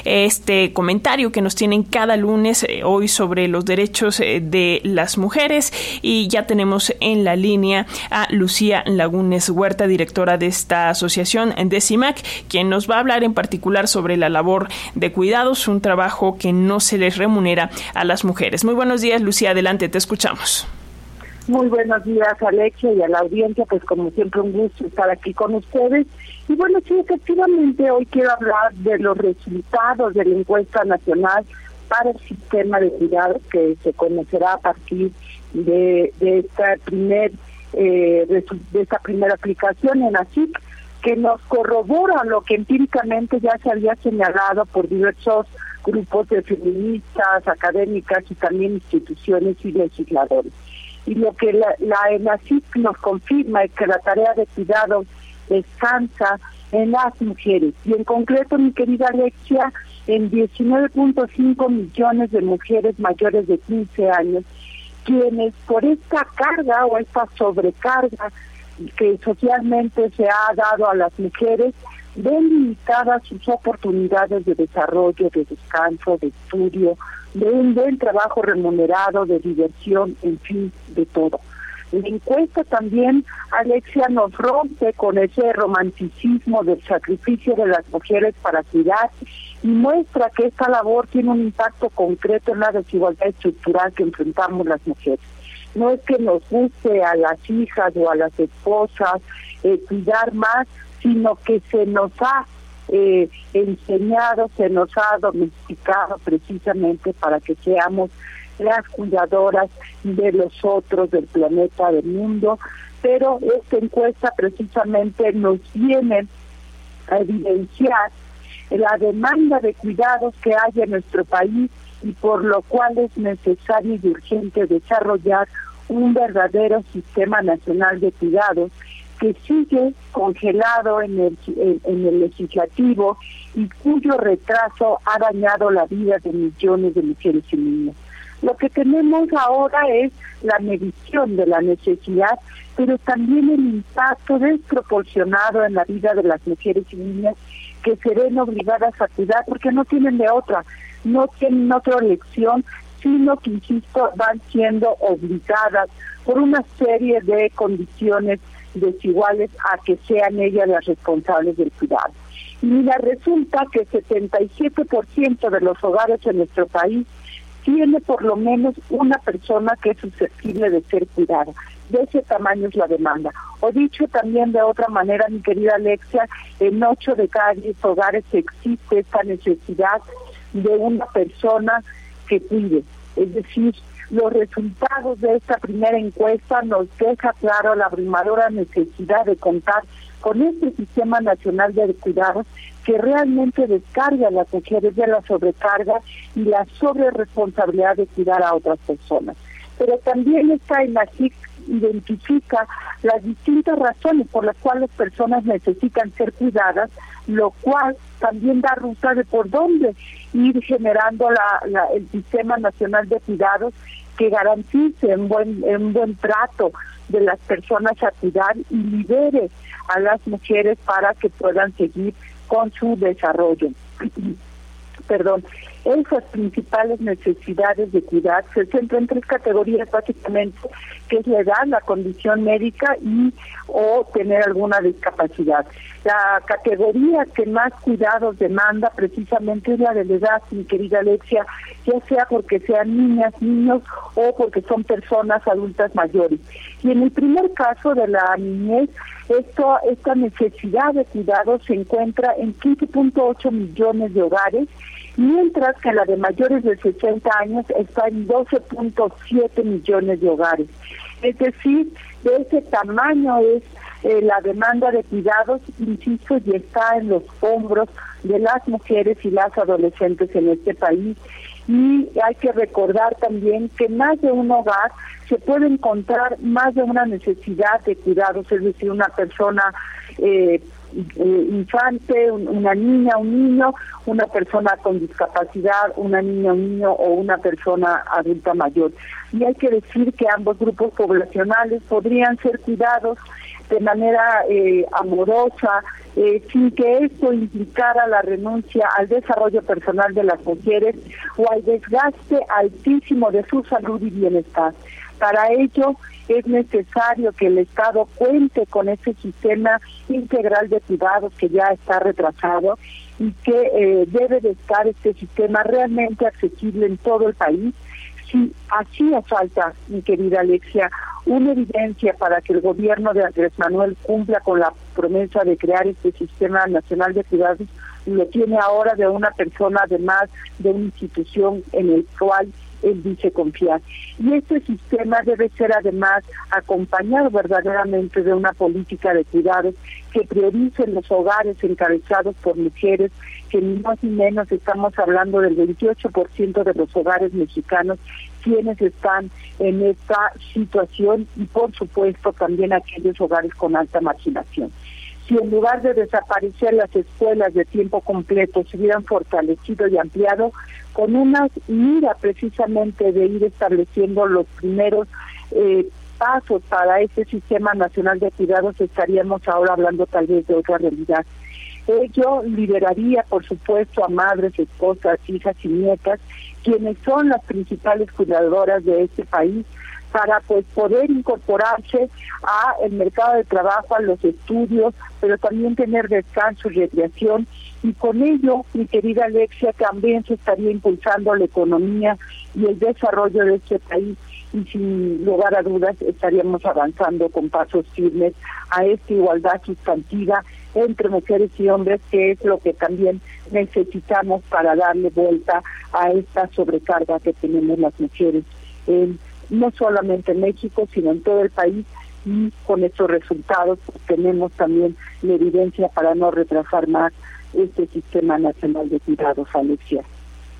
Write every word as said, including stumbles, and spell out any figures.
este comentario que nos tienen cada lunes eh, hoy sobre los derechos eh, de las mujeres, y ya tenemos en la línea a Lucía Lagunes Huerta, directora de esta asociación de CIMAC, quien nos va a hablar en particular sobre la labor de cuidados, un trabajo que no se les remunera a las mujeres. Muy buenos días, Lucía, adelante, te escuchamos. Muy buenos días, Alexia, y a la audiencia, pues como siempre un gusto estar aquí con ustedes. Y bueno, sí, efectivamente hoy quiero hablar de los resultados de la encuesta nacional para el sistema de cuidados que se conocerá a partir de, de esta primer eh, de, de esta primera aplicación en ASIC, que nos corrobora lo que empíricamente ya se había señalado por diversos grupos de feministas, académicas y también instituciones y legisladores. Y lo que la, la ENASIC nos confirma es que la tarea de cuidado descansa en las mujeres. Y en concreto, mi querida Alexia, en diecinueve punto cinco millones de mujeres mayores de quince años, quienes por esta carga o esta sobrecarga que socialmente se ha dado a las mujeres, ven limitadas sus oportunidades de desarrollo, de descanso, de estudio, de un buen trabajo remunerado, de diversión, en fin, de todo. La encuesta también, Alexia, nos rompe con ese romanticismo del sacrificio de las mujeres para cuidar y muestra que esta labor tiene un impacto concreto en la desigualdad estructural que enfrentamos las mujeres. No es que nos guste a las hijas o a las esposas eh, cuidar más, sino que se nos ha eh, enseñado, se nos ha domesticado precisamente para que seamos las cuidadoras de los otros, del planeta, del mundo. Pero esta encuesta precisamente nos viene a evidenciar la demanda de cuidados que hay en nuestro país y por lo cual es necesario y urgente desarrollar un verdadero sistema nacional de cuidados que sigue congelado en el, en, en el legislativo y cuyo retraso ha dañado la vida de millones de mujeres y niños. Lo que tenemos ahora es la medición de la necesidad, pero también el impacto desproporcionado en la vida de las mujeres y niñas que se ven obligadas a cuidar porque no tienen de otra, no tienen otra elección, sino que, insisto, van siendo obligadas por una serie de condiciones desiguales a que sean ellas las responsables del cuidado. Y mira, resulta que setenta y siete por ciento de los hogares en nuestro país tiene por lo menos una persona que es susceptible de ser cuidada. De ese tamaño es la demanda. O dicho también de otra manera, mi querida Alexia, en ocho de cada diez hogares existe esta necesidad de una persona que cuide. Es decir, los resultados de esta primera encuesta nos deja claro la abrumadora necesidad de contar con este sistema nacional de cuidados que realmente descarga a las mujeres de la sobrecarga y la sobreresponsabilidad de cuidar a otras personas. Pero también esta ENASIC identifica las distintas razones por las cuales las personas necesitan ser cuidadas, lo cual también da ruta de por dónde ir generando la, la, el Sistema Nacional de Cuidados que garantice un buen, un buen trato de las personas a cuidar y libere a las mujeres para que puedan seguir con su desarrollo. Perdón, esas principales necesidades de cuidar se centran en tres categorías básicamente, que es la edad, la condición médica y o tener alguna discapacidad. La categoría que más cuidados demanda precisamente es la de la edad, mi querida Alexia, ya sea porque sean niñas, niños o porque son personas adultas mayores. Y en el primer caso de la niñez, esto, esta necesidad de cuidados se encuentra en quince punto ocho millones de hogares, mientras que la de mayores de sesenta años está en doce punto siete millones de hogares. Es decir, de ese tamaño es eh, la demanda de cuidados, insisto, y está en los hombros de las mujeres y las adolescentes en este país. Y hay que recordar también que más de un hogar se puede encontrar más de una necesidad de cuidados, es decir, una persona eh, eh, infante, un, una niña, un niño, una persona con discapacidad, una niña, un niño o una persona adulta mayor. Y hay que decir que ambos grupos poblacionales podrían ser cuidados de manera eh, amorosa, eh, sin que esto implicara la renuncia al desarrollo personal de las mujeres o al desgaste altísimo de su salud y bienestar. Para ello es necesario que el Estado cuente con ese sistema integral de cuidados que ya está retrasado y que eh, debe de estar este sistema realmente accesible en todo el país. Si hacía falta, mi querida Alexia, una evidencia para que el gobierno de Andrés Manuel cumpla con la promesa de crear este Sistema Nacional de Cuidados, lo tiene ahora de una persona, además de una institución en el cual él dice confiar. Y este sistema debe ser además acompañado verdaderamente de una política de cuidados que priorice los hogares encabezados por mujeres, que ni más ni menos estamos hablando del veintiocho por ciento de los hogares mexicanos quienes están en esta situación, y por supuesto también aquellos hogares con alta marginación. Si en lugar de desaparecer las escuelas de tiempo completo se hubieran fortalecido y ampliado, con una mira precisamente de ir estableciendo los primeros eh, pasos para este Sistema Nacional de Cuidados, estaríamos ahora hablando tal vez de otra realidad. Ello liberaría, por supuesto, a madres, esposas, hijas y nietas, quienes son las principales cuidadoras de este país, para pues poder incorporarse a el mercado de trabajo, a los estudios, pero también tener descanso y recreación, y con ello, mi querida Alexia, también se estaría impulsando la economía y el desarrollo de este país, y sin lugar a dudas estaríamos avanzando con pasos firmes a esta igualdad sustantiva entre mujeres y hombres, que es lo que también necesitamos para darle vuelta a esta sobrecarga que tenemos las mujeres en no solamente en México, sino en todo el país, y con estos resultados pues, tenemos también la evidencia para no retrasar más este Sistema Nacional de Cuidados, Alexia.